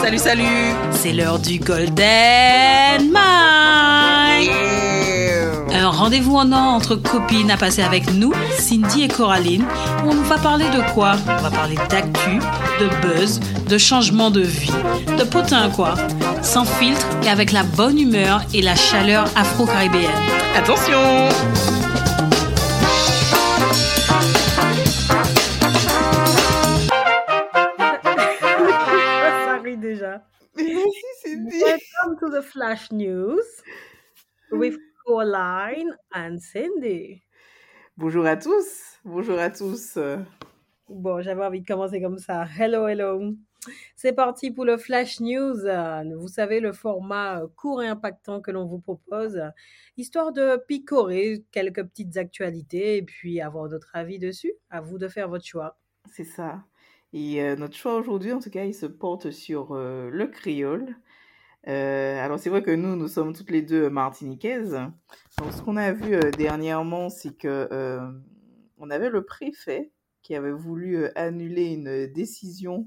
Salut. C'est l'heure du Golden Mike. Un rendez-vous en or entre copines à passer avec nous, Cindy et Coraline, où on va parler de quoi? On va parler d'actu, de buzz, de changement de vie, de potin quoi. Sans filtre et avec la bonne humeur et la chaleur afro-caribéenne. Attention! Déjà. Merci Cindy. Welcome to the Flash News with Coraline and Cindy. Bonjour à tous. Bonjour à tous. Bon, j'avais envie de commencer comme ça. Hello. C'est parti pour le Flash News. Vous savez, le format court et impactant que l'on vous propose, histoire de picorer quelques petites actualités et puis avoir notre avis dessus. À vous de faire votre choix. C'est ça. Et notre choix aujourd'hui, en tout cas, il se porte sur le créole. Alors, c'est vrai que nous sommes toutes les deux martiniquaises. Donc, ce qu'on a vu dernièrement, c'est que on avait le préfet qui avait voulu annuler une décision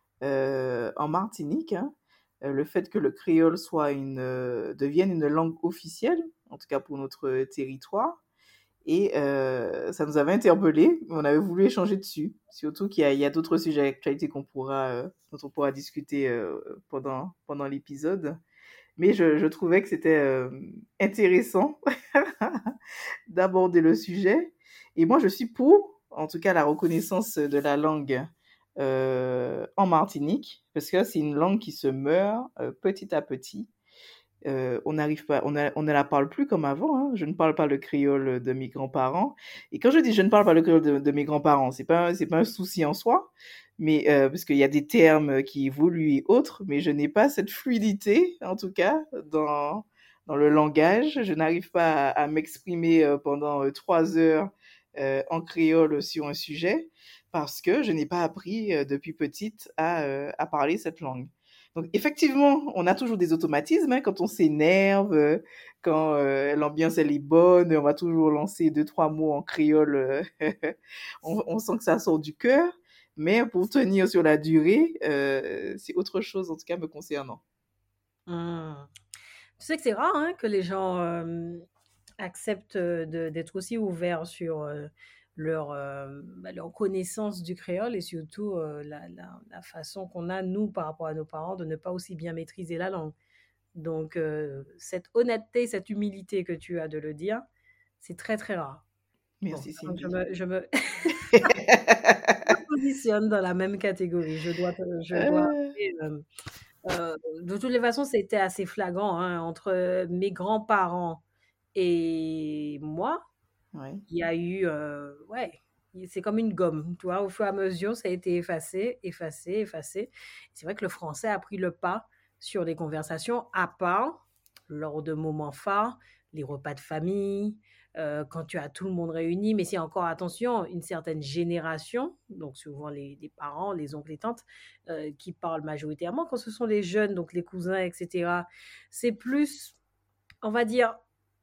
en Martinique. Le fait que le créole devienne une langue officielle, en tout cas pour notre territoire. Et ça nous avait interpellés, on avait voulu échanger dessus. Surtout qu'il y a d'autres sujets d'actualité dont on pourra discuter pendant l'épisode. Mais je trouvais que c'était intéressant d'aborder le sujet. Et moi, je suis pour, en tout cas, la reconnaissance de la langue en Martinique, parce que c'est une langue qui se meurt petit à petit. On ne la parle plus comme avant, hein. Je ne parle pas le créole de mes grands-parents. Et quand je dis je ne parle pas le créole de mes grands-parents, c'est pas un souci en soi, mais parce qu'il y a des termes qui évoluent et autres, mais je n'ai pas cette fluidité, en tout cas, dans le langage. Je n'arrive pas à m'exprimer pendant 3 heures en créole sur un sujet, parce que je n'ai pas appris depuis petite à parler cette langue. Donc, effectivement, on a toujours des automatismes, hein, quand on s'énerve, quand l'ambiance elle est bonne, on va toujours lancer 2-3 mots en créole, on sent que ça sort du cœur, mais pour tenir sur la durée, c'est autre chose, en tout cas me concernant. Tu sais que c'est rare hein, que les gens acceptent d'être aussi ouverts sur leur connaissance du créole et surtout la façon qu'on a, nous, par rapport à nos parents, de ne pas aussi bien maîtriser la langue. Donc, cette honnêteté, cette humilité que tu as de le dire, c'est très, très rare. Merci, bon, Cindy. Je me positionne dans la même catégorie. De toutes les façons, c'était assez flagrant hein, entre mes grands-parents et moi. Ouais. Il y a eu, c'est comme une gomme, tu vois, au fur et à mesure, ça a été effacé. C'est vrai que le français a pris le pas sur les conversations, à part lors de moments phares, les repas de famille, quand tu as tout le monde réuni, mais c'est encore, attention, une certaine génération, donc souvent les parents, les oncles et tantes, qui parlent majoritairement. Quand ce sont les jeunes, donc les cousins, etc., c'est plus, on va dire,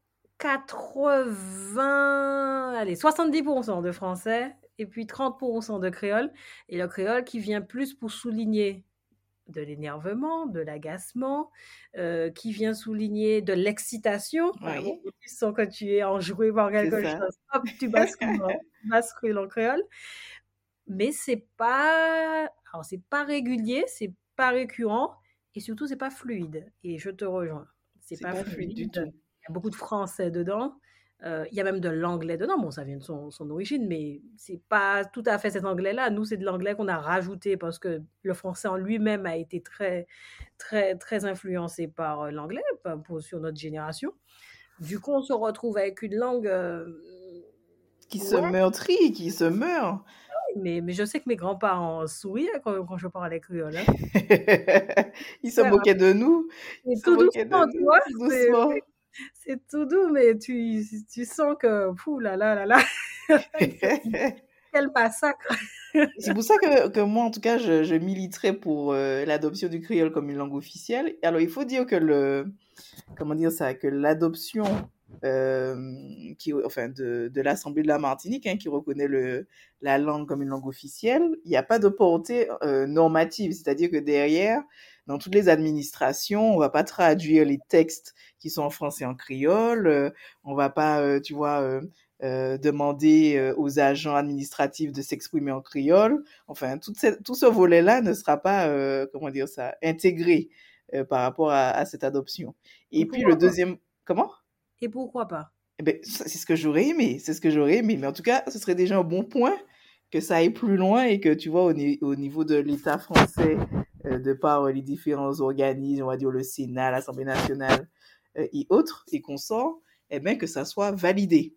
70% de français et puis 30% de créole. Et le créole qui vient plus pour souligner de l'énervement, de l'agacement, qui vient souligner de l'excitation. Oui. Tu sens que tu es enjoué par quelque chose. Hop, tu bascules en créole. Mais c'est pas régulier, c'est pas récurrent et surtout c'est pas fluide. Et je te rejoins. C'est pas fluide du tout. Il y a beaucoup de français dedans. Il y a même de l'anglais dedans. Bon, ça vient de son origine, mais c'est pas tout à fait cet anglais-là. Nous, c'est de l'anglais qu'on a rajouté parce que le français en lui-même a été très, très, très influencé par l'anglais sur notre génération. Du coup, on se retrouve avec une langue qui se meurtrit, qui se meurt. Mais je sais que mes grands-parents souriaient quand je parlais créole. Hein. Ils se moquaient de nous. C'est tout doucement, tu vois. Doucement. C'est tout doux, mais tu sens que, fou là là là là, quel massacre. C'est pour ça que moi, en tout cas, je militerais pour l'adoption du créole comme une langue officielle. Alors, il faut dire que l'adoption de l'Assemblée de la Martinique, hein, qui reconnaît la langue comme une langue officielle, il n'y a pas de portée normative, c'est-à-dire que derrière, dans toutes les administrations, on va pas traduire les textes qui sont en français en créole, on va pas, tu vois, demander aux agents administratifs de s'exprimer en créole. Enfin, tout ce volet-là ne sera pas, comment dire ça, intégré par rapport à cette adoption. Et Et puis le pourquoi pas? deuxième, comment? Et pourquoi pas? Eh ben, c'est ce que j'aurais aimé, c'est ce que j'aurais aimé. Mais en tout cas, ce serait déjà un bon point que ça aille plus loin et que, tu vois, au niveau de l'État français, de par les différents organismes, on va dire le Sénat, l'Assemblée nationale et autres, et consorts, eh bien, que ça soit validé.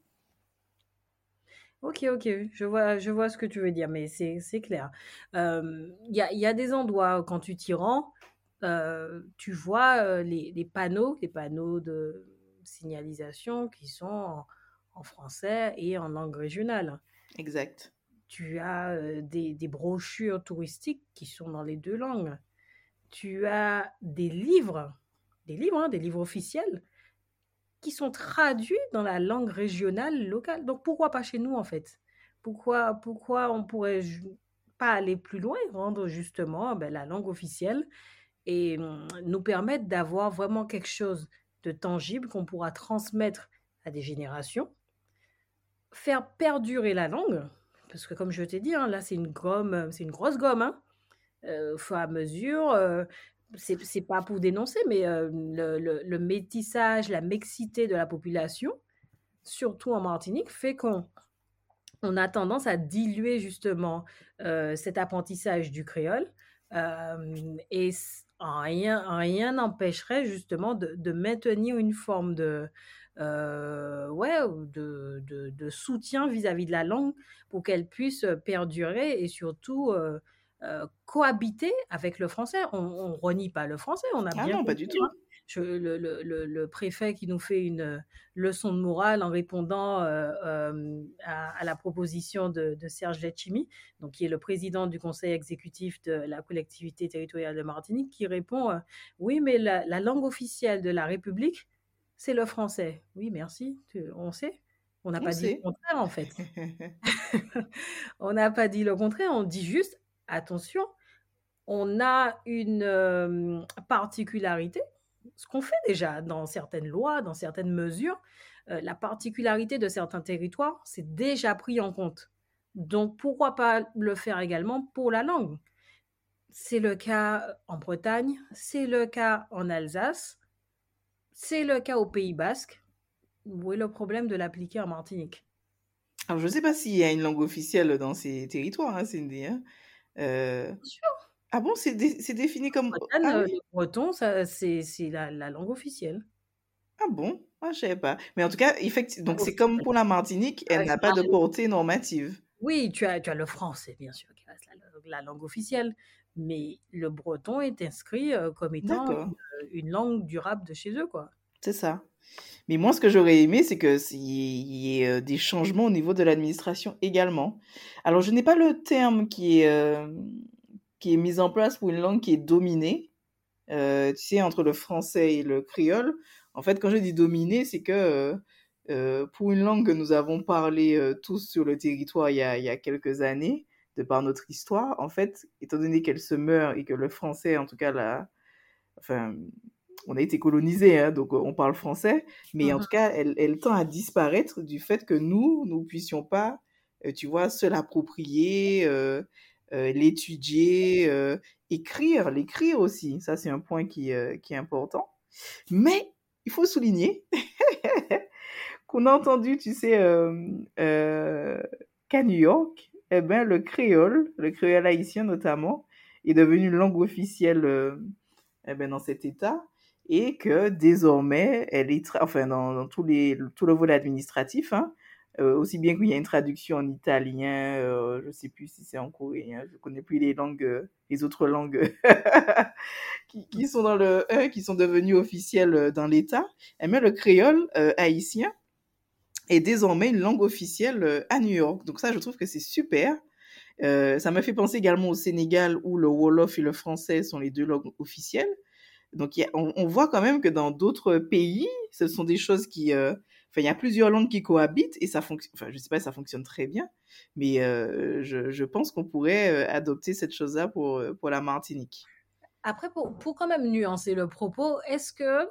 Ok, ok, je vois ce que tu veux dire, mais c'est clair. Il y a des endroits, quand tu t'y rends, tu vois les panneaux de signalisation qui sont en français et en langue régionale. Exact. Tu as des brochures touristiques qui sont dans les deux langues. Tu as des livres officiels qui sont traduits dans la langue régionale locale. Donc pourquoi pas chez nous en fait? Pourquoi on pourrait pas aller plus loin et rendre justement la langue officielle et nous permettre d'avoir vraiment quelque chose de tangible qu'on pourra transmettre à des générations, faire perdurer la langue, parce que comme je t'ai dit, hein, là c'est une gomme, c'est une grosse gomme, hein, au fur et à mesure. C'est pas pour dénoncer, mais le métissage, la mixité de la population, surtout en Martinique, fait qu'on a tendance à diluer justement cet apprentissage du créole. Et rien n'empêcherait justement de maintenir une forme ouais, de soutien vis-à-vis de la langue pour qu'elle puisse perdurer et surtout cohabiter avec le français. On ne renie pas le français, on a Ah bien non, pas compris, du hein. tout. Le préfet qui nous fait une leçon de morale en répondant à la proposition de Serge Letchimy, donc qui est le président du conseil exécutif de la collectivité territoriale de Martinique, qui répond oui, mais la langue officielle de la République, c'est le français. Oui, merci, on sait. On n'a On pas dit le sait. contraire, en fait. On n'a pas dit le contraire, on dit juste, attention, on a une particularité, ce qu'on fait déjà dans certaines lois, dans certaines mesures, la particularité de certains territoires, c'est déjà pris en compte. Donc, pourquoi pas le faire également pour la langue? C'est le cas en Bretagne, c'est le cas en Alsace, c'est le cas au Pays Basque. Où est le problème de l'appliquer en Martinique? Alors, je ne sais pas s'il y a une langue officielle dans ces territoires, hein, Cindy, hein. Bien sûr, Ah bon, c'est défini en comme... Bretagne, Ah oui? le breton, c'est la langue officielle. Ah bon? Ah, je savais pas. Mais en tout cas, effectivement, donc c'est comme Officielle. pour la Martinique, elle n'a pas de portée normative. Oui, tu as le français, bien sûr, qui reste la langue officielle, mais le breton est inscrit comme étant D'accord, une langue durable de chez eux, quoi. c'est ça. Mais moi, ce que j'aurais aimé, c'est que s'il y ait des changements au niveau de l'administration également. Alors, je n'ai pas le terme qui est mis en place pour une langue qui est dominée, tu sais, entre le français et le créole. En fait, quand je dis dominée, c'est que pour une langue que nous avons parlé tous sur le territoire il y a quelques années, de par notre histoire, en fait, étant donné qu'elle se meurt et que le français, en tout cas, enfin, on a été colonisé, hein, donc on parle français, mais en Mhm. tout cas, elle tend à disparaître du fait que nous puissions pas, tu vois, se l'approprier, l'étudier, l'écrire aussi. Ça, c'est un point qui est important. Mais il faut souligner qu'on a entendu, tu sais, qu'à New York, eh ben, le créole haïtien notamment, est devenu une langue officielle eh ben, dans cet État et que désormais, elle est enfin, dans tout le volet administratif, hein, aussi bien qu'il y a une traduction en italien, je ne sais plus si c'est en coréen, je ne connais plus les langues, les autres langues qui sont qui sont devenues officielles dans l'État. Eh bien, le créole haïtien est désormais une langue officielle à New York. Donc ça, je trouve que c'est super. Ça me fait penser également au Sénégal où le Wolof et le français sont les deux langues officielles. Donc on voit quand même que dans d'autres pays, ce sont des choses qui... Enfin, il y a plusieurs langues qui cohabitent et ça fonctionne... Enfin, je sais pas si ça fonctionne très bien, mais je pense qu'on pourrait adopter cette chose-là pour la Martinique. Après, pour quand même nuancer le propos, est-ce que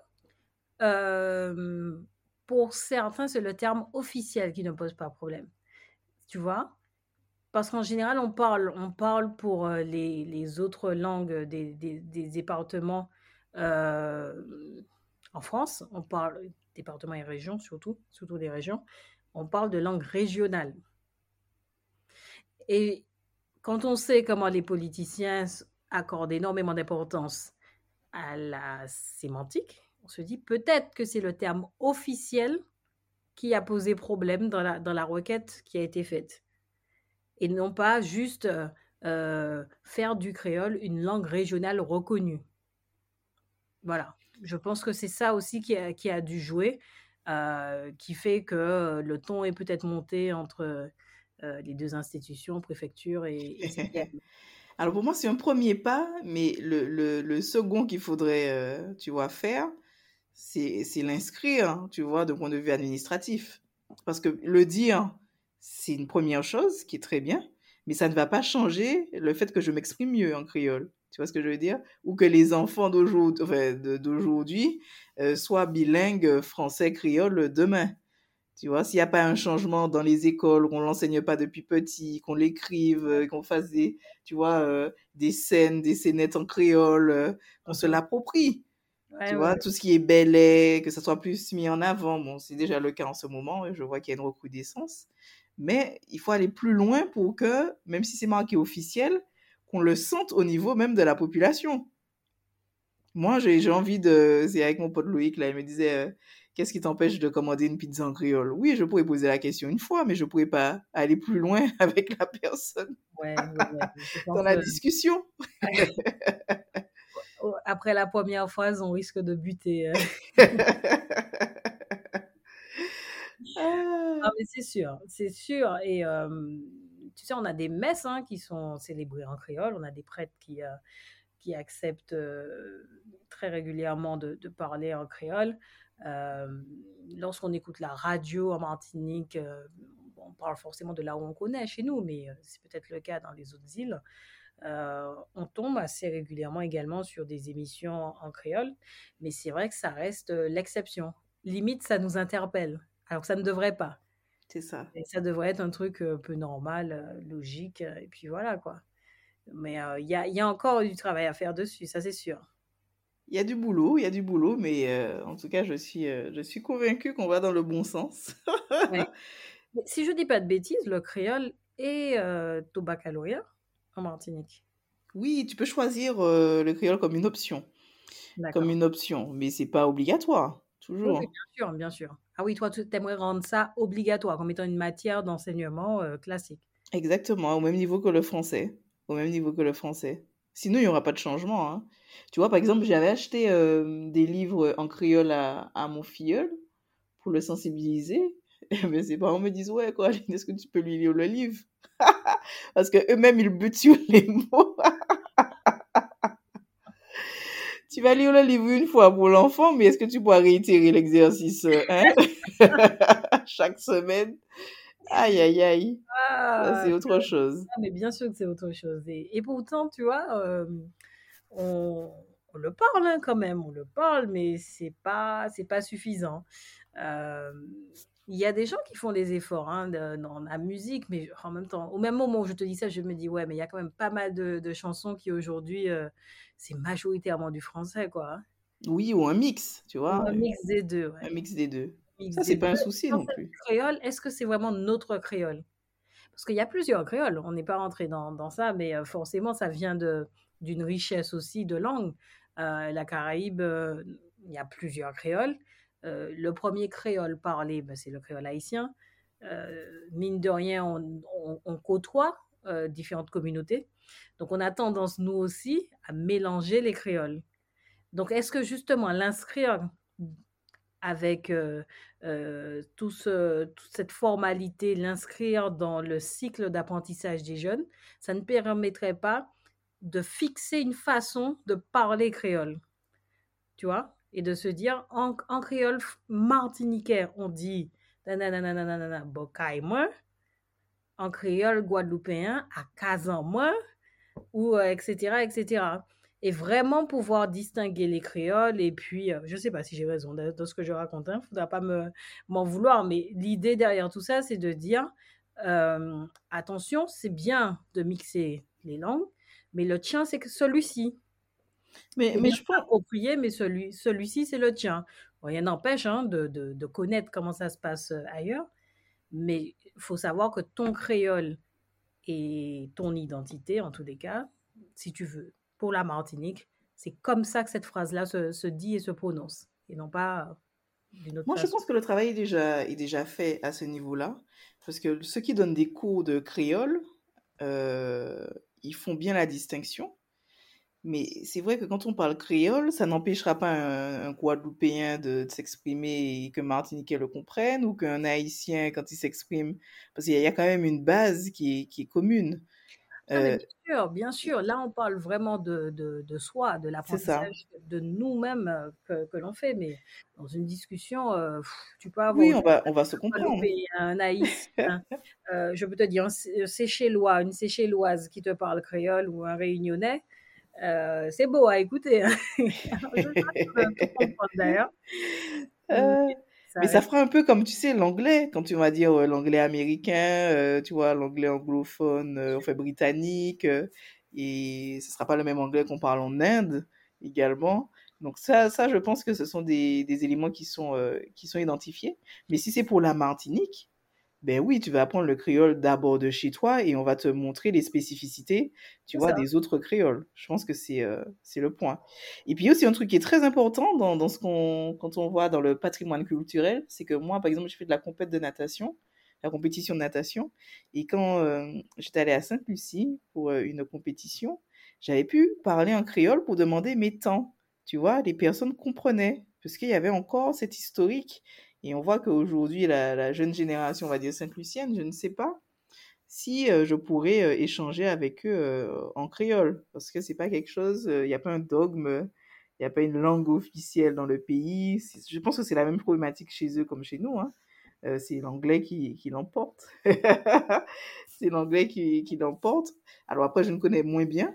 pour certains, c'est le terme officiel qui ne pose pas problème? Tu vois? Parce qu'en général, on parle pour les autres langues des départements en France. On parle départements et régions, surtout des régions. On parle de langue régionale. Et quand on sait comment les politiciens accordent énormément d'importance à la sémantique, on se dit peut-être que c'est le terme officiel qui a posé problème dans la requête qui a été faite. Et non pas juste faire du créole une langue régionale reconnue. Voilà. Je pense que c'est ça aussi qui a dû jouer, qui fait que le ton est peut-être monté entre les deux institutions, préfecture et CPM. Alors pour moi, c'est un premier pas, mais le second qu'il faudrait, tu vois, faire, c'est l'inscrire, hein, tu vois, de point de vue administratif. Parce que le dire, c'est une première chose qui est très bien, mais ça ne va pas changer le fait que je m'exprime mieux en créole. Tu vois ce que je veux dire? Ou que les enfants d'aujourd'hui, enfin, d'aujourd'hui soient bilingues français-créole demain. Tu vois, s'il n'y a pas un changement dans les écoles, qu'on l'enseigne pas depuis petit, qu'on l'écrive, qu'on fasse des, tu vois, des scènes, des scénettes en créole, qu'on se l'approprie. Ouais, Tu ouais, vois, ouais. tout ce qui est Bel que ça soit plus mis en avant. Bon, c'est déjà le cas en ce moment. Je vois qu'il y a une recrudescence. Mais il faut aller plus loin pour que, même si c'est marqué officiel, qu'on le sente au niveau même de la population. Moi, j'ai envie de. C'est avec mon pote Loïc, là, il me disait qu'est-ce qui t'empêche de commander une pizza en créole? Oui, je pourrais poser la question une fois, mais je pourrais pas aller plus loin avec la personne Ouais, ouais, ouais. Je dans pense la discussion. après la première phrase, on risque de buter. Ah, Ah, mais c'est sûr, c'est sûr. Et tu sais, on a des messes qui sont célébrées en créole. On a des prêtres qui acceptent très régulièrement de parler en créole. Euh, Lorsqu'on écoute la radio en Martinique, on parle forcément de là où on connaît chez nous, mais c'est peut-être le cas dans les autres îles. On tombe assez régulièrement également sur des émissions en créole, mais c'est vrai que ça reste l'exception. Limite, ça nous interpelle, alors que ça ne devrait pas. c'est ça. Et ça devrait être un truc peu normal, logique, et puis voilà quoi. Mais il y a encore du travail à faire dessus, ça c'est sûr. Il y a du boulot, mais en tout cas, je suis convaincue qu'on va dans le bon sens. Ouais. Mais si je dis pas de bêtises, le créole est au baccalauréat en Martinique. Oui, tu peux choisir le créole comme D'accord. une option, mais c'est pas obligatoire, Oui, oui, toujours. bien sûr, bien sûr. Ah oui, toi, tu aimerais rendre ça obligatoire comme étant une matière d'enseignement classique. Exactement, au même niveau que le français. Au même niveau que le français. Sinon, il n'y aura pas de changement, hein. Tu vois, par exemple, j'avais acheté des livres en créole à mon filleul pour le sensibiliser. Mais ses parents me disent, ouais, quoi, est-ce que tu peux lui lire le livre? Parce que eux-mêmes, ils butent sur les mots. Tu vas lire le livre une fois pour l'enfant, mais est-ce que tu pourras réitérer l'exercice, hein? Chaque semaine? Aïe, aïe, aïe. Ça, Ah, c'est autre chose. mais bien sûr que c'est autre chose. Et pourtant, tu vois, on, on le parle quand même, on le parle, mais c'est pas suffisant. Euh, Il y a des gens qui font des efforts dans la musique, mais en même temps, au même moment où je te dis ça, je me dis, ouais, mais il y a quand même pas mal de chansons qui aujourd'hui, c'est majoritairement du français, quoi, hein. Oui, ou un mix, tu Ou vois, un mix des deux, un ouais. mix des deux. Mix Ça, c'est des deux. pas un souci Quand non c'est plus. du créole, est-ce que c'est vraiment notre créole? Parce qu'il y a plusieurs créoles, on n'est pas rentré dans ça, mais forcément, ça vient d'une richesse aussi de langue. La Caraïbe, il y a plusieurs créoles. Le premier créole parlé, ben, c'est le créole haïtien. Mine de rien, on côtoie différentes communautés. Donc, on a tendance, nous aussi, à mélanger les créoles. Donc, est-ce que justement l'inscrire avec toute cette formalité, l'inscrire dans le cycle d'apprentissage des jeunes, ça ne permettrait pas de fixer une façon de parler créole, tu vois, et de se dire en créole martiniquais, on dit nananananana, bokay moi, en créole guadeloupéen, à Kazan moi, ou etc., etc. et vraiment pouvoir distinguer les créoles. Et puis, je ne sais pas si j'ai raison dans ce que je raconte, il ne faudra pas m'en vouloir, mais l'idée derrière tout ça, c'est de dire, attention, c'est bien de mixer les langues, mais le tien, c'est que celui-ci. C'est Mais bien je pense, approprié, mais celui-ci, c'est le tien. Bon, rien n'empêche hein, de connaître comment ça se passe ailleurs, mais il faut savoir que ton créole et ton identité, en tous les cas, si tu veux, pour la Martinique, c'est comme ça que cette phrase-là se dit et se prononce, et non pas d'une autre moi, je façon. pense que le travail est déjà fait à ce niveau-là, parce que ceux qui donnent des cours de créole, euh, ils font bien la distinction. Mais c'est vrai que quand on parle créole, ça n'empêchera pas un Guadeloupéen de s'exprimer et que Martiniquais le comprenne, ou qu'un Haïtien, quand il s'exprime, parce qu'il y a quand même une base qui est commune. Non, mais Euh, bien sûr, là on parle vraiment de soi, de c'est ça. l'apprentissage de nous-mêmes que l'on fait, mais dans une discussion, tu peux avoir Oui, autant on va se un comprendre. Guadeloupéen, un Haïtien, je peux te dire un Séchellois, une Séchelloise qui te parle créole ou un Réunionnais, c'est beau à écouter, hein. Alors, je crois que tu peux tout comprendre d'ailleurs, mais Euh, ça mais ça reste. fera un peu comme, tu sais, l'anglais, quand tu vas dire l'anglais américain, tu vois, l'anglais anglophone, enfin britannique, et ce sera pas le même anglais qu'on parle en Inde également. Donc ça, je pense que ce sont des éléments qui sont identifiés. Mais si c'est pour la Martinique, ben oui, tu vas apprendre le créole d'abord de chez toi et on va te montrer les spécificités, tu C'est vois, ça. des autres créoles. Je pense que c'est le point. Et puis il y a aussi un truc qui est très important dans ce quand on voit dans le patrimoine culturel, c'est que moi, par exemple, je fais de la compète de natation, la compétition de natation, et quand j'étais allée à Sainte-Lucie pour une compétition, j'avais pu parler en créole pour demander mes temps. Tu vois, les personnes comprenaient, parce qu'il y avait encore cette historique et on voit qu'aujourd'hui, la jeune génération, on va dire saint-lucienne, je ne sais pas si je pourrais échanger avec eux en créole, parce que c'est pas quelque chose, il n'y a pas un dogme, il n'y a pas une langue officielle dans le pays. Je pense que c'est la même problématique chez eux comme chez nous, hein. C'est l'anglais qui l'emporte. C'est l'anglais qui l'emporte. Alors après, je ne connais moins bien,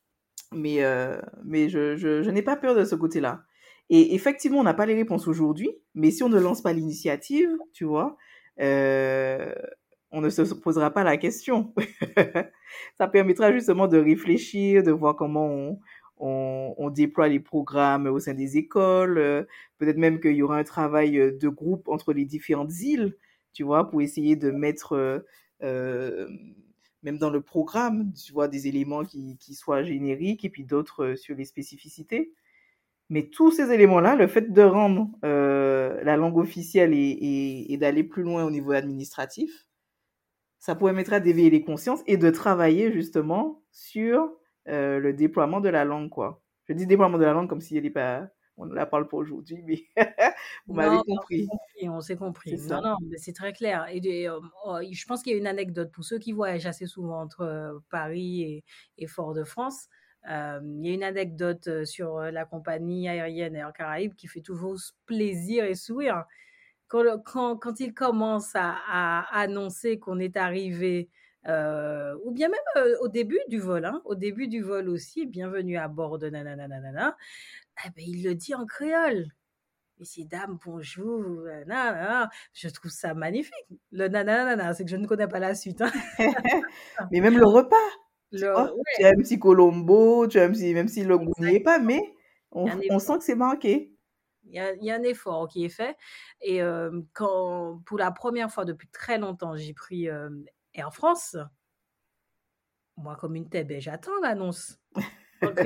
mais je n'ai pas peur de ce côté-là. Et effectivement, on n'a pas les réponses aujourd'hui, mais si on ne lance pas l'initiative, tu vois, euh, on ne se posera pas la question. Ça permettra justement de réfléchir, de voir comment on déploie les programmes au sein des écoles. Peut-être même qu'il y aura un travail de groupe entre les différentes îles, tu vois, pour essayer de mettre euh, même dans le programme, tu vois, des éléments qui soient génériques et puis d'autres sur les spécificités. Mais tous ces éléments-là, le fait de rendre la langue officielle et d'aller plus loin au niveau administratif, ça permettra d'éveiller les consciences et de travailler justement sur le déploiement de la langue, quoi. Je dis déploiement de la langue comme si elle est pas, on ne la parle pas aujourd'hui, mais vous m'avez Non, mais compris. on s'est C'est compris. Non, ça. non, mais c'est très clair. Je pense qu'il y a une anecdote pour ceux qui voyagent assez souvent entre Paris et Fort-de-France. Il y a une anecdote sur la compagnie aérienne Air Caraïbes qui fait toujours plaisir et sourire. Quand ils commencent à annoncer qu'on est arrivé, ou bien même au début du vol, hein, au début du vol aussi, bienvenue à bord de nanana, nanana, eh ben, il le dit en créole. Messieurs, dames, bonjour, nanana. Je trouve ça magnifique. Le nanana, c'est que je ne connais pas la suite, hein. Mais même le repas, tu vois, tu Ouais, as un petit colombo, tu as un petit, même si le goût n'y est pas, exactement. mais Il y a un on sent effort. que c'est marqué. Il y a un effort qui est fait. Et pour la première fois depuis très longtemps, j'ai pris Air France. Moi, comme une tête, ben, j'attends l'annonce. Donc,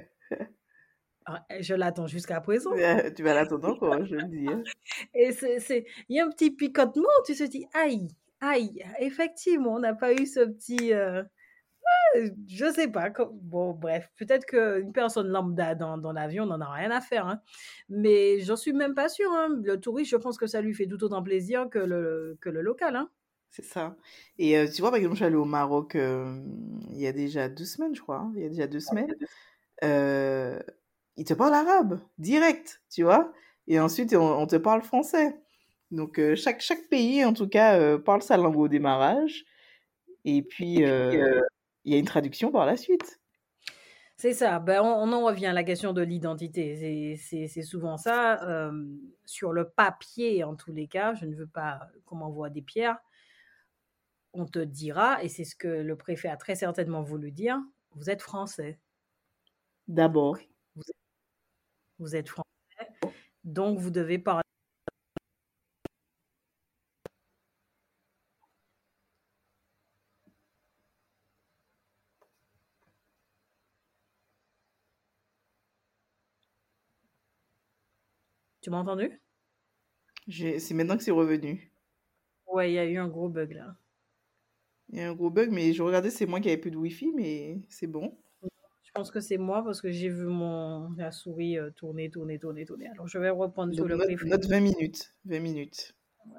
je l'attends jusqu'à présent. Tu vas l'attendre encore, je le dis, hein. Et il y a un petit picotement. Tu te dis, aïe, aïe, effectivement, on n'a pas eu ce petit. Je sais pas. Bon, bref, peut-être qu'une personne lambda dans l'avion n'en a rien à faire, hein. Mais j'en suis même pas sûre, hein. Le touriste, je pense que ça lui fait tout autant plaisir que le local, hein. C'est ça. Et tu vois, par exemple, je suis allée au Maroc il y a déjà 2 semaines, je crois, hein. Il y a déjà 2 semaines. Euh, Ils te parlent arabe, direct, tu vois. Et ensuite, on te parle français. Donc, chaque pays, en tout cas, parle sa langue au démarrage. Et puis, il y a une traduction par la suite. C'est ça. Ben, on en revient à la question de l'identité. C'est souvent ça. Sur le papier, en tous les cas, je ne veux pas qu'on m'envoie des pierres. On te dira, et c'est ce que le préfet a très certainement voulu dire, vous êtes français. D'abord. Vous êtes français, donc vous devez parler. Tu m'as entendu? C'est maintenant que c'est revenu. Ouais, il y a eu un gros bug là. Il y a un gros bug, mais je regardais, c'est moi qui avais plus de Wi-Fi, mais c'est bon. Je pense que c'est moi parce que j'ai vu la souris tourner. Alors je vais reprendre sur le préfet. Note 20 minutes. 20 minutes.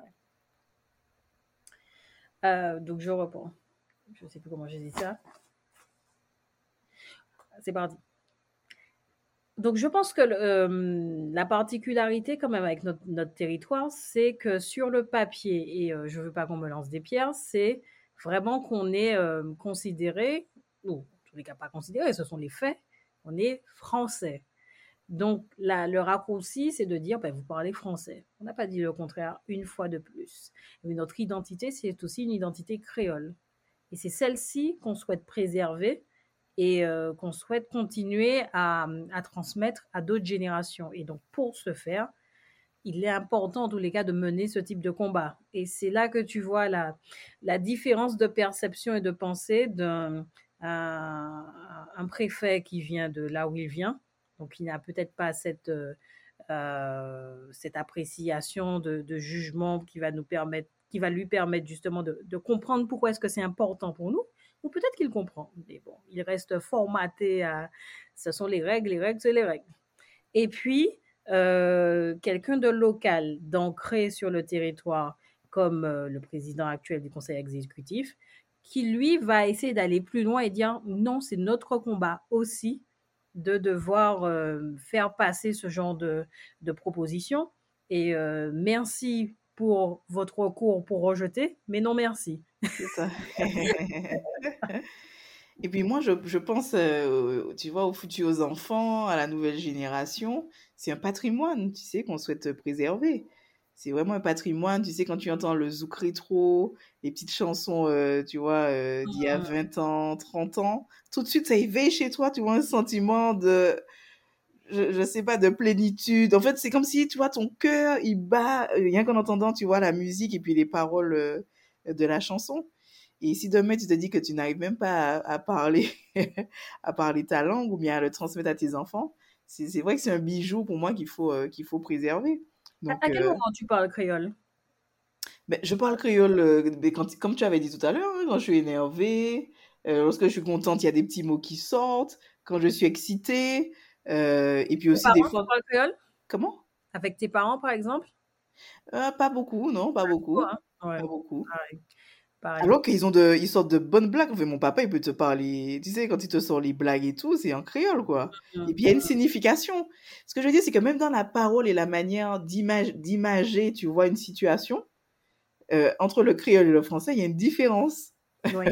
Ouais. Donc je reprends. Je ne sais plus comment j'ai dit ça. C'est parti. Donc je pense que la particularité quand même avec notre territoire, c'est que sur le papier, et je ne veux pas qu'on me lance des pierres, c'est vraiment qu'on est considéré, ou en tous les cas pas considéré, ce sont les faits, on est français. Donc le raccourci, c'est de dire, vous parlez français. On n'a pas dit le contraire une fois de plus. Mais notre identité, c'est aussi une identité créole. Et c'est celle-ci qu'on souhaite préserver et qu'on souhaite continuer à transmettre à d'autres générations. Et donc, pour ce faire, il est important, en tous les cas, de mener ce type de combat. Et c'est là que tu vois la différence de perception et de pensée d'un préfet qui vient de là où il vient, donc il n'a peut-être pas cette appréciation de jugement qui va lui permettre justement de comprendre pourquoi est-ce que c'est important pour nous, ou peut-être qu'il comprend, mais bon, il reste formaté à ce sont les règles, c'est les règles. Et puis, quelqu'un de local, d'ancré sur le territoire, comme le président actuel du conseil exécutif, qui lui va essayer d'aller plus loin et dire non, c'est notre combat aussi de devoir faire passer ce genre de propositions. Et merci pour votre recours pour rejeter, mais non merci. C'est ça. Et puis moi, je pense, tu vois, aux futurs enfants, à la nouvelle génération. C'est un patrimoine, tu sais, qu'on souhaite préserver. C'est vraiment un patrimoine. Tu sais, quand tu entends le zouk rétro, les petites chansons, tu vois, d'il y a 20 ans, 30 ans, tout de suite, ça éveille chez toi, tu vois, un sentiment de, je sais pas, de plénitude. En fait, c'est comme si, tu vois, ton cœur, il bat, rien qu'en entendant, tu vois, la musique et puis les paroles de la chanson. Et si demain tu te dis que tu n'arrives même pas à parler, à parler ta langue ou bien à le transmettre à tes enfants, c'est vrai que c'est un bijou pour moi qu'il faut préserver. Donc, à quel moment tu parles créole? Je parle créole, comme tu avais dit tout à l'heure, hein, quand je suis énervée, lorsque je suis contente, il y a des petits mots qui sortent, quand je suis excitée, et puis aussi des fois... Tu parles créole? Comment? Avec tes parents, par exemple? Pas beaucoup, non, pas beaucoup. Hein? Ouais. Pas beaucoup. Pareil. Alors qu'ils ils sortent de bonnes blagues. Enfin, mon papa, il peut te parler, tu sais, quand il te sort les blagues et tout, c'est en créole, quoi. Et puis, il y a une signification. Ce que je veux dire, c'est que même dans la parole et la manière d'imager, tu vois, une situation, entre le créole et le français, il y a une différence. Oui.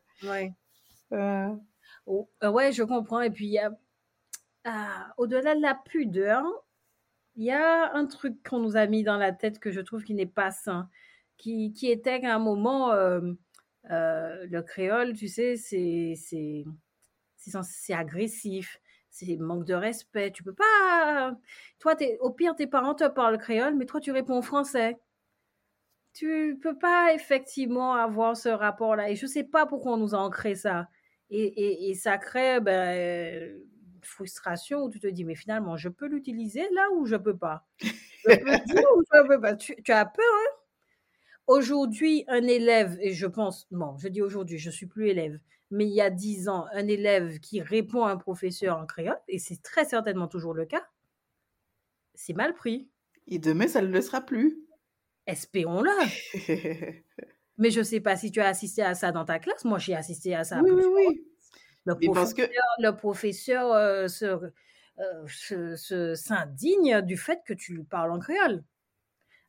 Ouais, je comprends. Et puis, il y a, au-delà de la pudeur, il y a un truc qu'on nous a mis dans la tête que je trouve qui n'est pas sain, qui était qu'à un moment, le créole, tu sais, c'est agressif, c'est manque de respect. Tu peux pas... Toi, au pire, tes parents te parlent créole, mais toi, tu réponds français. Tu peux pas effectivement avoir ce rapport-là. Et je sais pas pourquoi on nous a ancré ça. Et ça crée une frustration où tu te dis, mais finalement, je peux l'utiliser là ou je peux pas? Je peux dire ou je peux pas? Tu as peur, hein? Aujourd'hui, un élève, et je pense, bon, je dis aujourd'hui, je suis plus élève, mais il y a 10 ans, un élève qui répond à un professeur en créole, et c'est très certainement toujours le cas, c'est mal pris. Et demain, ça ne le sera plus. Espérons-le. Mais je ne sais pas si tu as assisté à ça dans ta classe. Moi, j'ai assisté à ça. Oui. Le professeur s'indigne du fait que tu lui parles en créole.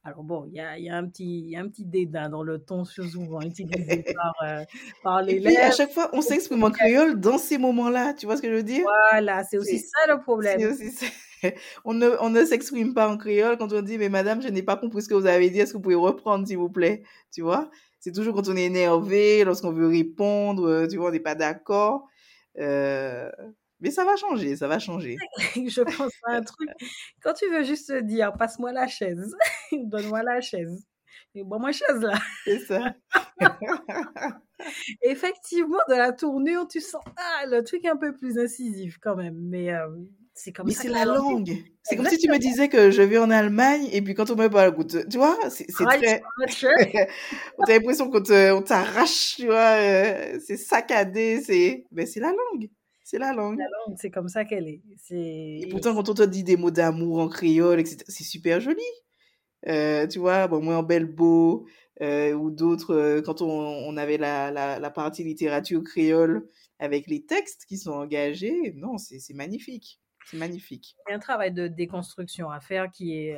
Alors bon, il y a un petit dédain dans le ton souvent utilisé par Et puis, à l'élève. chaque fois, on s'exprime en créole dans ces moments-là. Tu vois ce que je veux dire? Voilà, c'est aussi C'est ça le c'est problème. aussi ça. On ne s'exprime pas en créole quand on dit: «Mais madame, je n'ai pas compris ce que vous avez dit. Est-ce que vous pouvez reprendre, s'il vous plaît?» Tu vois? C'est toujours quand on est énervé, lorsqu'on veut répondre, tu vois, on n'est pas d'accord. Heu, mais ça va changer, ça va changer. Je pense à un truc, quand tu veux juste dire: «Passe-moi la chaise, donne-moi la chaise, et bon moi chaise là». C'est ça. Effectivement, de la tournure, tu sens, le truc un peu plus incisif quand même, mais c'est comme Mais ça c'est que la la langue est. langue. C'est comme si tu me Exactement. disais que je vais en Allemagne et puis quand on me parle, écoute, tu vois, c'est très Reitsche. on a l'impression on t'arrache, tu vois, c'est saccadé, c'est la langue. C'est la La langue. langue, c'est comme ça qu'elle est. Et pourtant, quand on te dit des mots d'amour en créole, etc., c'est super joli. Tu vois, bon, moi en belle beau, ou d'autres, quand on avait la partie littérature créole avec les textes qui sont engagés, non, c'est magnifique. C'est magnifique. Il y a un travail de déconstruction à faire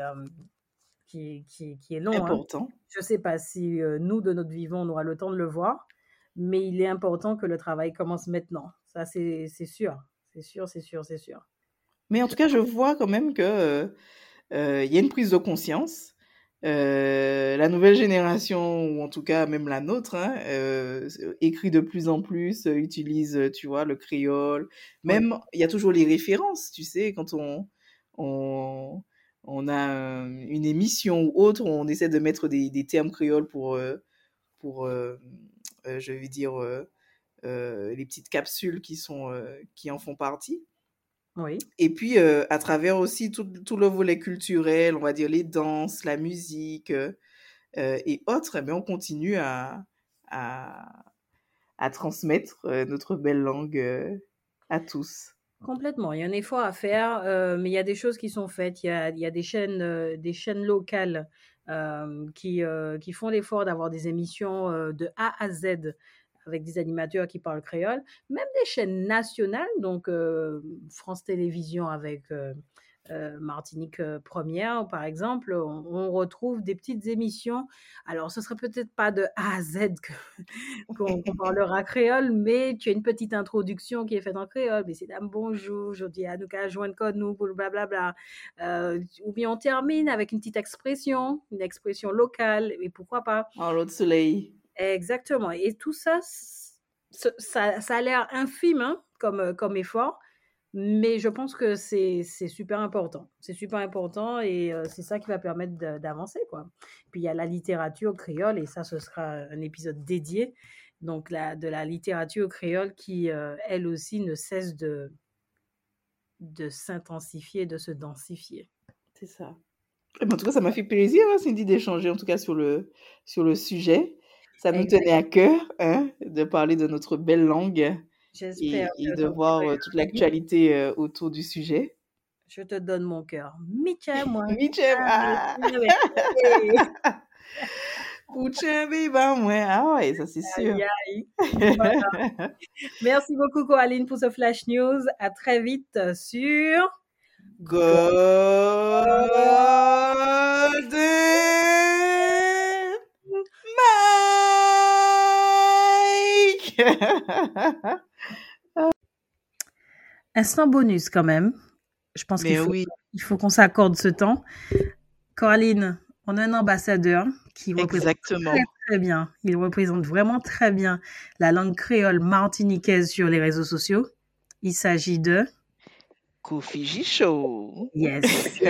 qui est long, hein. Important. Je ne sais pas si nous, de notre vivant, on aura le temps de le voir, mais il est important que le travail commence maintenant. Ça, c'est sûr. C'est sûr, c'est sûr, c'est sûr. Mais en tout cas, je vois quand même que il y a une prise de conscience. La nouvelle génération, ou en tout cas même la nôtre, hein, écrit de plus en plus, utilise, tu vois, le créole. Oui. Même, il y a toujours les références, tu sais, quand on, on a une émission ou autre, on essaie de mettre des termes créoles pour je vais dire, les petites capsules qui en font partie. Oui. Et puis, à travers aussi tout le volet culturel, on va dire les danses, la musique et autres, eh bien, on continue à, à transmettre notre belle langue à tous. Complètement. Il y a un effort à faire, mais il y a des choses qui sont faites. Il y a des chaînes locales qui font l'effort d'avoir des émissions de A à Z avec des animateurs qui parlent créole. Même des chaînes nationales, donc France Télévisions avec Martinique Première, par exemple, on retrouve des petites émissions. Alors, ce serait peut-être pas de A à Z qu'on parlera créole, mais tu as une petite introduction qui est faite en créole. Mais c'est dame bonjour, je dis à nous qu'à joindre code nous pour le blablabla. Ou bien on termine avec une expression locale, et pourquoi pas. En l'autre soleil. Exactement. Et tout ça, ça a l'air infime hein, comme effort, mais je pense que c'est super important. C'est super important et c'est ça qui va permettre d'avancer, quoi. Puis il y a la littérature créole et ça, ce sera un épisode dédié. Donc de la littérature créole qui, elle aussi, ne cesse de s'intensifier, de se densifier. C'est ça. Eh ben, en tout cas, ça m'a fait plaisir, hein, Cindy, d'échanger en tout cas sur le sujet. Ça nous tenait à cœur hein, de parler de notre belle langue J'espère et que de ton cœur voir est toute ravi. l'actualité autour du sujet. Je te donne mon cœur. Micha, moi. Michem, ah! Pouchen, ben, ouais, ah ouais, ça c'est sûr. Aïe, aïe. Voilà. Merci beaucoup, Coraline, pour ce Flash News. À très vite sur Golden Mike! Instant bonus quand même. Je pense Mais oui, il faut qu'on s'accorde ce temps. Coraline, on a un ambassadeur qui représente exactement. très, très bien. Il représente vraiment très bien la langue créole martiniquaise sur les réseaux sociaux. Il s'agit de Kofi Show. Yes.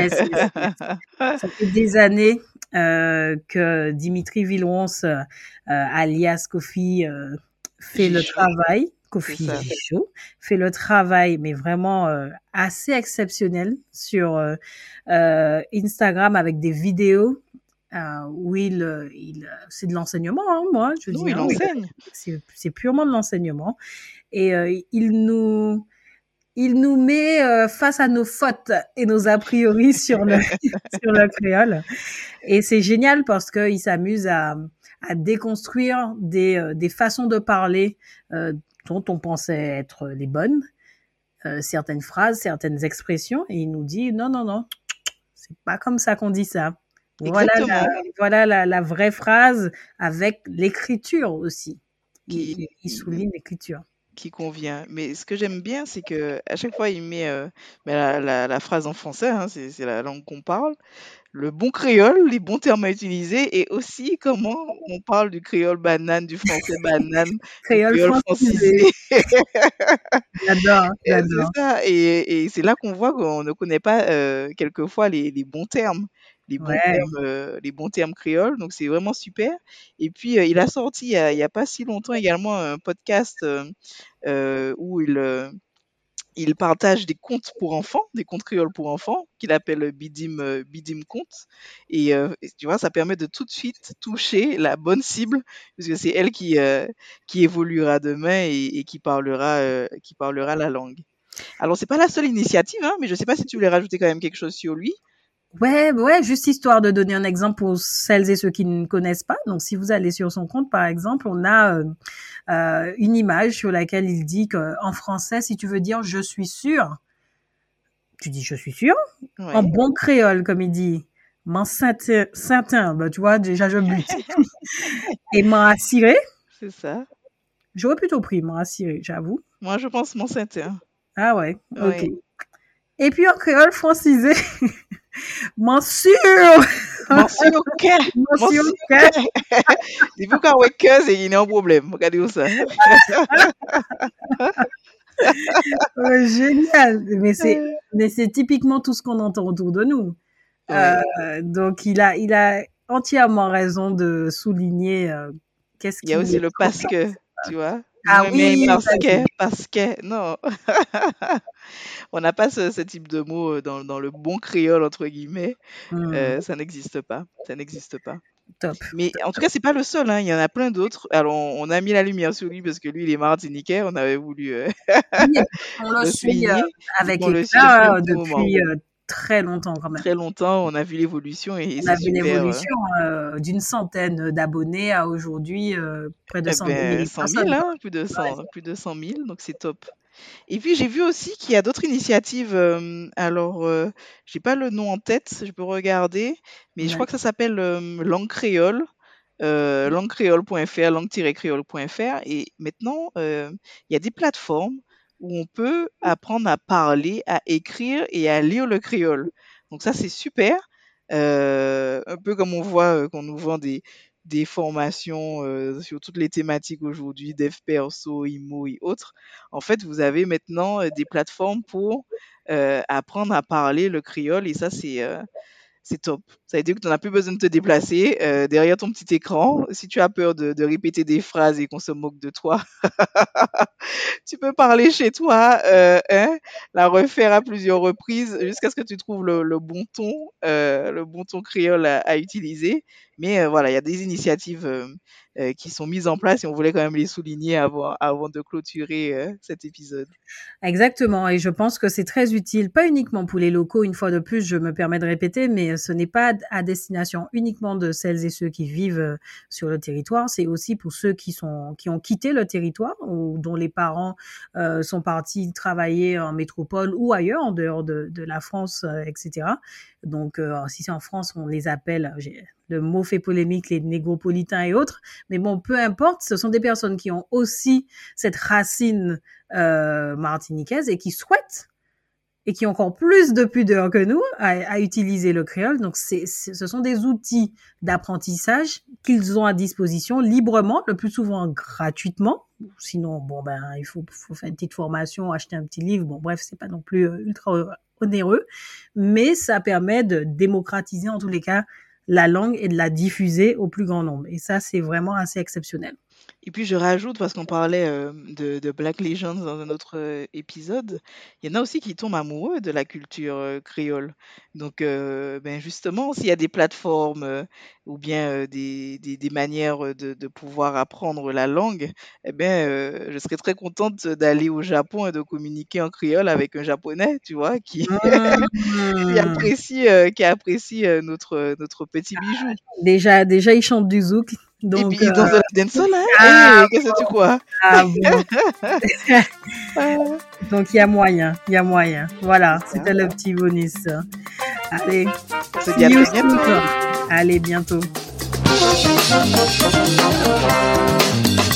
Ça fait des années que Dimitri Villons, alias Kofi, fait le travail. Kofi Gichot fait le travail, mais vraiment assez exceptionnel sur Instagram avec des vidéos où c'est de l'enseignement, hein, moi je dis. Il enseigne. C'est purement de l'enseignement et il nous met face à nos fautes et nos a priori sur le créole. Et c'est génial parce qu'il s'amuse à déconstruire des façons de parler dont on pensait être les bonnes, certaines phrases, certaines expressions, et il nous dit non, c'est pas comme ça qu'on dit ça. Exactement. Voilà la vraie phrase avec l'écriture aussi. Qui, Il souligne l'écriture. qui convient. Mais ce que j'aime bien, c'est que à chaque fois, il met la phrase en français, hein, c'est la langue qu'on parle, le bon créole, les bons termes à utiliser, et aussi comment on parle du créole banane, du français banane, du Créole créole francisé. francisé. J'adore, C'est j'adore. ça, et c'est là qu'on voit qu'on ne connaît pas quelquefois les bons termes, Ouais. les bons termes créoles. Donc c'est vraiment super. Et puis il a sorti il y a pas si longtemps également un podcast où il partage des contes pour enfants, des contes créoles pour enfants, qu'il appelle Bidim Contes. Et tu vois, ça permet de tout de suite toucher la bonne cible, puisque c'est elle qui évoluera demain et qui parlera la langue. Alors, c'est pas la seule initiative, hein, mais je sais pas si tu voulais rajouter quand même quelque chose sur lui. Ouais, juste histoire de donner un exemple pour celles et ceux qui ne connaissent pas. Donc, si vous allez sur son compte, par exemple, on a une image sur laquelle il dit qu'en français, si tu veux dire « je suis sûr », tu dis « je suis sûr ». En Ouais, bon créole, comme il dit, « m'en certain », bah, tu vois, déjà je bute. Et « m'en assuré », c'est ça. j'aurais plutôt pris « m'en assuré », j'avoue. Moi, je pense Mont-Saint-Un. Ah ouais, ok. Ouais. Et puis en créole francisé, « m'en sûr ». Merci, ok. Merci, Merci, ok. ok. C'est pourquoi, ouais, que c'est qu'il y a un problème. Regardez ça. Génial. Mais c'est typiquement tout ce qu'on entend autour de nous. Ouais. Donc, il a entièrement raison de souligner qu'est-ce Il y a qui aussi est le parce que, tu vois. Ah Ouais, mais oui, parce que, non. On n'a pas ce type de mot dans le bon créole, entre guillemets. Ça n'existe pas. Ça n'existe pas. Top. Mais en tout cas, c'est pas le seul, hein. Il y en a plein d'autres. Alors, on a mis la lumière sur lui parce que lui, il est martiniquais. On avait voulu Oui, on le le suit souligner. avec On le suit depuis un éclat petit moment. depuis très longtemps quand même. Très longtemps, on a vu l'évolution et On c'est a vu super. l'évolution d'une centaine d'abonnés à aujourd'hui près de 100 000 100 000, personnes. hein, plus de 100 000, donc c'est top. Et puis j'ai vu aussi qu'il y a d'autres initiatives. Alors, j'ai pas le nom en tête, je peux regarder, mais je crois que ça s'appelle Langue Créole, languecréole.fr, langue-créole.fr. Et maintenant, il y a des plateformes où on peut apprendre à parler, à écrire et à lire le créole. Donc ça, c'est super. Un peu comme on voit qu'on nous vend des formations sur toutes les thématiques aujourd'hui, dev perso, IMO et autres. En fait, vous avez maintenant des plateformes pour apprendre à parler le créole et ça, c'est top. Ça veut dire que tu n'as plus besoin de te déplacer derrière ton petit écran. Si tu as peur de répéter des phrases et qu'on se moque de toi, tu peux parler chez toi, la refaire à plusieurs reprises jusqu'à ce que tu trouves le bon ton créole à utiliser. Mais voilà, il y a des initiatives qui sont mises en place et on voulait quand même les souligner avant de clôturer cet épisode. Exactement, et je pense que c'est très utile, pas uniquement pour les locaux, une fois de plus, je me permets de répéter, mais ce n'est pas à destination uniquement de celles et ceux qui vivent sur le territoire, c'est aussi pour ceux qui ont quitté le territoire ou dont les parents sont partis travailler en métropole ou ailleurs, en dehors de la France, etc. Donc, si c'est en France, on les appelle, le mot fait polémique, les négropolitains et autres, mais bon, peu importe, ce sont des personnes qui ont aussi cette racine martiniquaise et qui souhaitent et qui ont encore plus de pudeur que nous à utiliser le créole. Donc, ce sont des outils d'apprentissage qu'ils ont à disposition librement, le plus souvent gratuitement. Sinon, il faut faire une petite formation, acheter un petit livre. Bon, bref, c'est pas non plus ultra onéreux, mais ça permet de démocratiser en tous les cas la langue et de la diffuser au plus grand nombre. Et ça, c'est vraiment assez exceptionnel. Et puis je rajoute, parce qu'on parlait de Black Legends dans un autre épisode, il y en a aussi qui tombent amoureux de la culture créole. Donc justement, s'il y a des plateformes ou bien des manières de pouvoir apprendre la langue, je serais très contente d'aller au Japon et de communiquer en créole avec un Japonais, tu vois, qui apprécie notre petit bijou. Déjà, il chante du zouk. Donc, et puis, dans un dancehall, hein? Qu'est-ce que tu crois? Bon. Donc, il y a moyen. Voilà, c'était le petit bonus. Allez, on se dit à très bientôt. Allez, bientôt.